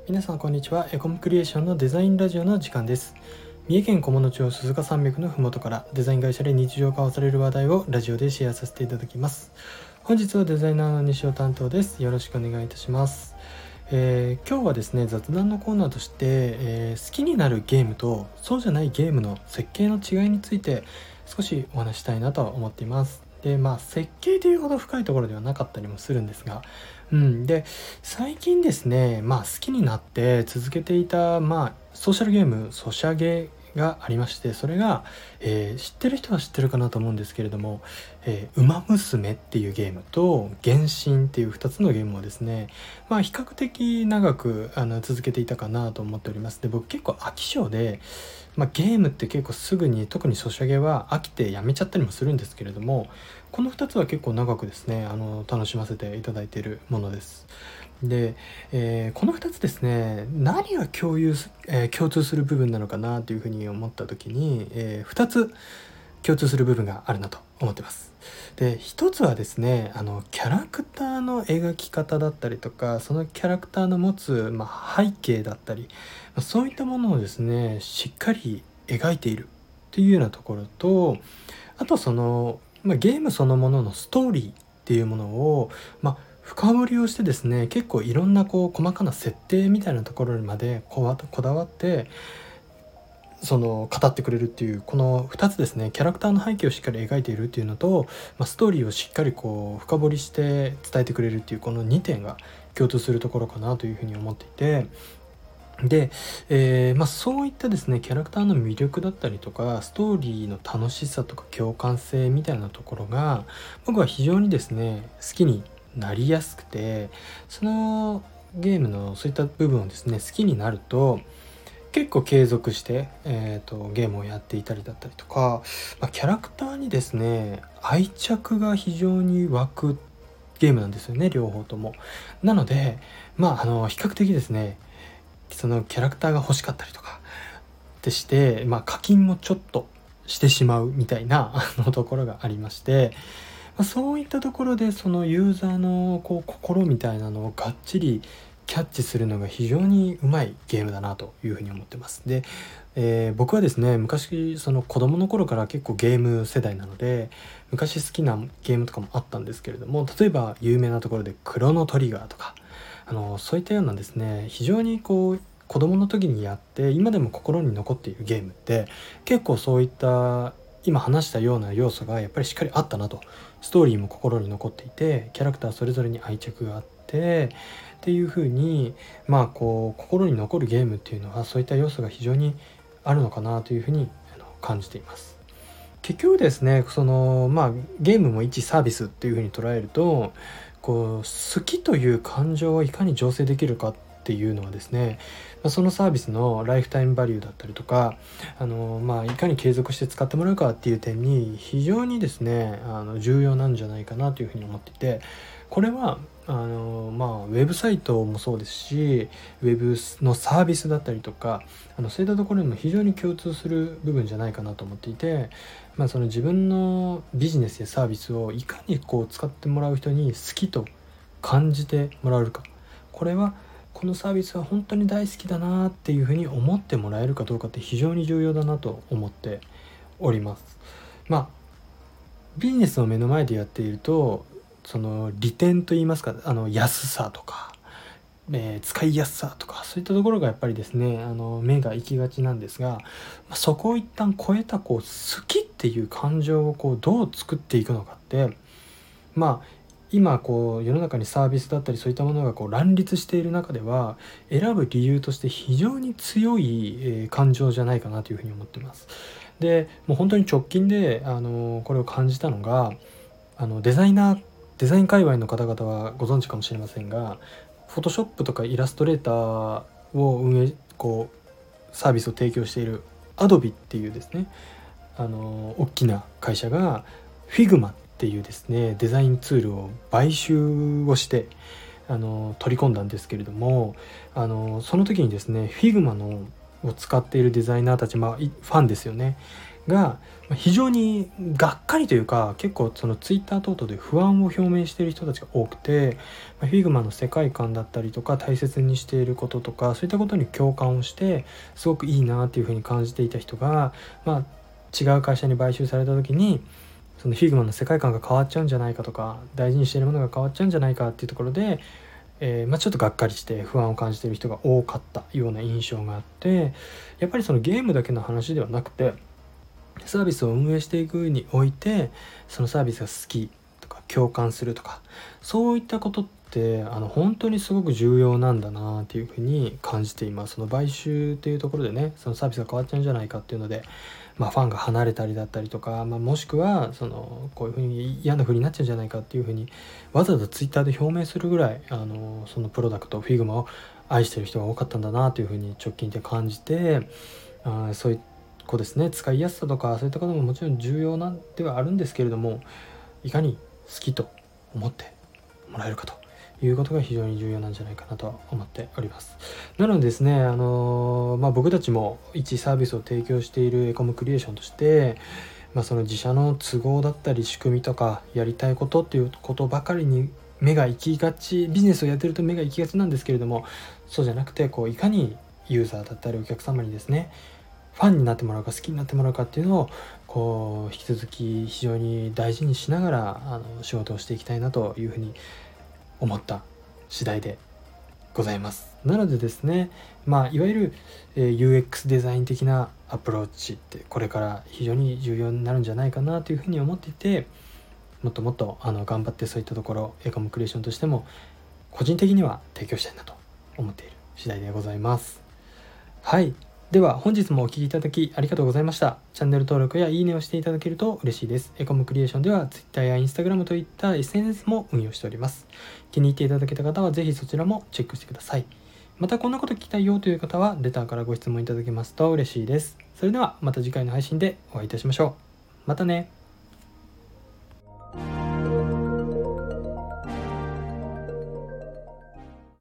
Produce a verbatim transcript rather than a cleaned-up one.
皆さんこんにちは。エコムクリエーションのデザインラジオの時間です。三重県菰野町鈴鹿山脈のふもとからデザイン会社で日常化をされる話題をラジオでシェアさせていただきます。本日はデザイナーの西尾担当です。よろしくお願いいたします。えー、今日はですね、雑談のコーナーとして、えー、好きになるゲームとそうじゃないゲームの設計の違いについて少しお話したいなと思っています。でまあ設計というほど深いところではなかったりもするんですが、うん、で最近ですね、まあ、好きになって続けていた、まあ、ソーシャルゲームソシャゲがありまして、それが、えー知ってる人は知ってるかなと思うんですけれども、えーウマ娘っていうゲームと原神っていうふたつのゲームをですね、まあ比較的長くあの続けていたかなと思っております。で僕結構飽き性で、まあ、ゲームって結構すぐに、特にソシャゲは飽きてやめちゃったりもするんですけれども、このふたつは結構長くですね、あの楽しませていただいているものです。で、えーこのふたつですね、何が共有す、えー共通する部分なのかなというふうに思った時に、えふたつ共通する部分があるなと思ってます。でひとつはですね、あのキャラクターの描き方だったりとか、そのキャラクターの持つ、まあ、背景だったり、まあそういったものをですねしっかり描いているっていうようなところと、あとその、まあ、ゲームそのもののストーリーっていうものを、まあ、深掘りをしてですね、結構いろんなこう細かな設定みたいなところにまでこわこだわってその語ってくれるっていう、このふたつですね、キャラクターの背景をしっかり描いているっていうのと、まあ、ストーリーをしっかりこう深掘りして伝えてくれるっていう、このにてんが共通するところかなというふうに思っていて、で、えーまあ、そういったですねキャラクターの魅力だったりとか、ストーリーの楽しさとか共感性みたいなところが僕は非常にですね好きになりやすくて、そのゲームのそういった部分をですね好きになると結構継続して、えーと、ゲームをやっていたりだったりとか、まあ、キャラクターにですね愛着が非常に湧くゲームなんですよね、両方とも。なのでまああの比較的ですね、そのキャラクターが欲しかったりとかってして、まあ、課金もちょっとしてしまうみたいなあのところがありまして、まあ、そういったところでそのユーザーのこう心みたいなのをがっちりキャッチするのが非常にうまいゲームだなというふうに思ってます。で、えー僕はですね昔その子供の頃から結構ゲーム世代なので、昔好きなゲームとかもあったんですけれども、例えば有名なところでクロノトリガーとか、あのそういったようなですね非常にこう子供の時にやって今でも心に残っているゲームって、結構そういった今話したような要素がやっぱりしっかりあったなと。ストーリーも心に残っていて、キャラクターそれぞれに愛着があってっていう風に、まあこう心に残るゲームっていうのはそういった要素が非常にあるのかなというふうにあの感じています。結局ですね、そのまあゲームも一サービスっていう風に捉えると、こう好きという感情をいかに醸成できるかっていうのはですね、まあそのサービスのライフタイムバリューだったりとか、あのまあいかに継続して使ってもらうかっていう点に非常にですねあの重要なんじゃないかなというふうに思っていて、これはあのまあウェブサイトもそうですし、ウェブのサービスだったりとか、あのそういったところにも非常に共通する部分じゃないかなと思っていて、まあ、その自分のビジネスやサービスをいかにこう使ってもらう人に好きと感じてもらえるか、これはこのサービスは本当に大好きだなっていうふうに思ってもらえるかどうかって非常に重要だなと思っております。まあビジネスを目の前でやっていると、その利点といいますか、あの安さとか、えー使いやすさとか、そういったところがやっぱりですねあの目が行きがちなんですが、まあそこを一旦超えたこう好きっていう感情をこうどう作っていくのかって、まあ今こう世の中にサービスだったりそういったものがこう乱立している中では、選ぶ理由として非常に強い、えー感情じゃないかなというふうに思ってます。でもう本当に直近であのこれを感じたのが、あのデザイナーデザイン界隈の方々はご存知かもしれませんが、フォトショップとかイラストレーターを運営こうサービスを提供している Adobe っていうですね、あの大きな会社が Figma っていうですねデザインツールを買収をしてあの取り込んだんですけれども、あのその時にですね Figma のを使っているデザイナーたち、まあファンですよねが非常にがっかりというか、結構そのツイッター等々で不安を表明している人たちが多くて、Figma の世界観だったりとか大切にしていることとか、そういったことに共感をしてすごくいいなっていうふうに感じていた人が、まあ、違う会社に買収された時にその Figma の世界観が変わっちゃうんじゃないかとか、大事にしているものが変わっちゃうんじゃないかっていうところで、えーまあ、ちょっとがっかりして不安を感じている人が多かったような印象があって、やっぱりそのゲームだけの話ではなくて、サービスを運営していくにおいてそのサービスが好きとか共感するとか、そういったことってあの本当にすごく重要なんだなっていうふうに感じています。その買収っていうところでね、そのサービスが変わっちゃうんじゃないかっていうので、まあ、ファンが離れたりだったりとか、まあ、もしくはそのこういうふうに嫌な風になっちゃうんじゃないかっていうふうにわざわざツイッターで表明するぐらいあのそのプロダクト Figma を愛してる人が多かったんだなというふうに直近で感じて、あそういったこうですね、使いやすさとかそういったことももちろん重要なんではあるんですけれども、いかに好きと思ってもらえるかということが非常に重要なんじゃないかなと思っております。なのでですね、あのまあ、僕たちも一サービスを提供しているエコムクリエーションとして、まあ、その自社の都合だったり仕組みとかやりたいことっていうことばかりに目が行きがち、ビジネスをやってると目が行きがちなんですけれども、そうじゃなくてこういかにユーザーだったりお客様にですね、ファンになってもらうか好きになってもらうかっていうのをこう引き続き非常に大事にしながらあの仕事をしていきたいなというふうに思った次第でございます。なのでですね、まあいわゆる、えー、ユーエックス デザイン的なアプローチってこれから非常に重要になるんじゃないかなというふうに思っていて、もっともっとあの頑張ってそういったところエコムクリエーションとしても個人的には提供したいなと思っている次第でございます。はい、では本日もお聞きいただきありがとうございました。チャンネル登録やいいねをしていただけると嬉しいです。エコムクリエーションでは Twitter や Instagram といった エスエヌエス も運用しております。気に入っていただけた方はぜひそちらもチェックしてください。またこんなこと聞きたいよという方はレターからご質問いただけますと嬉しいです。それではまた次回の配信でお会いいたしましょう。またね。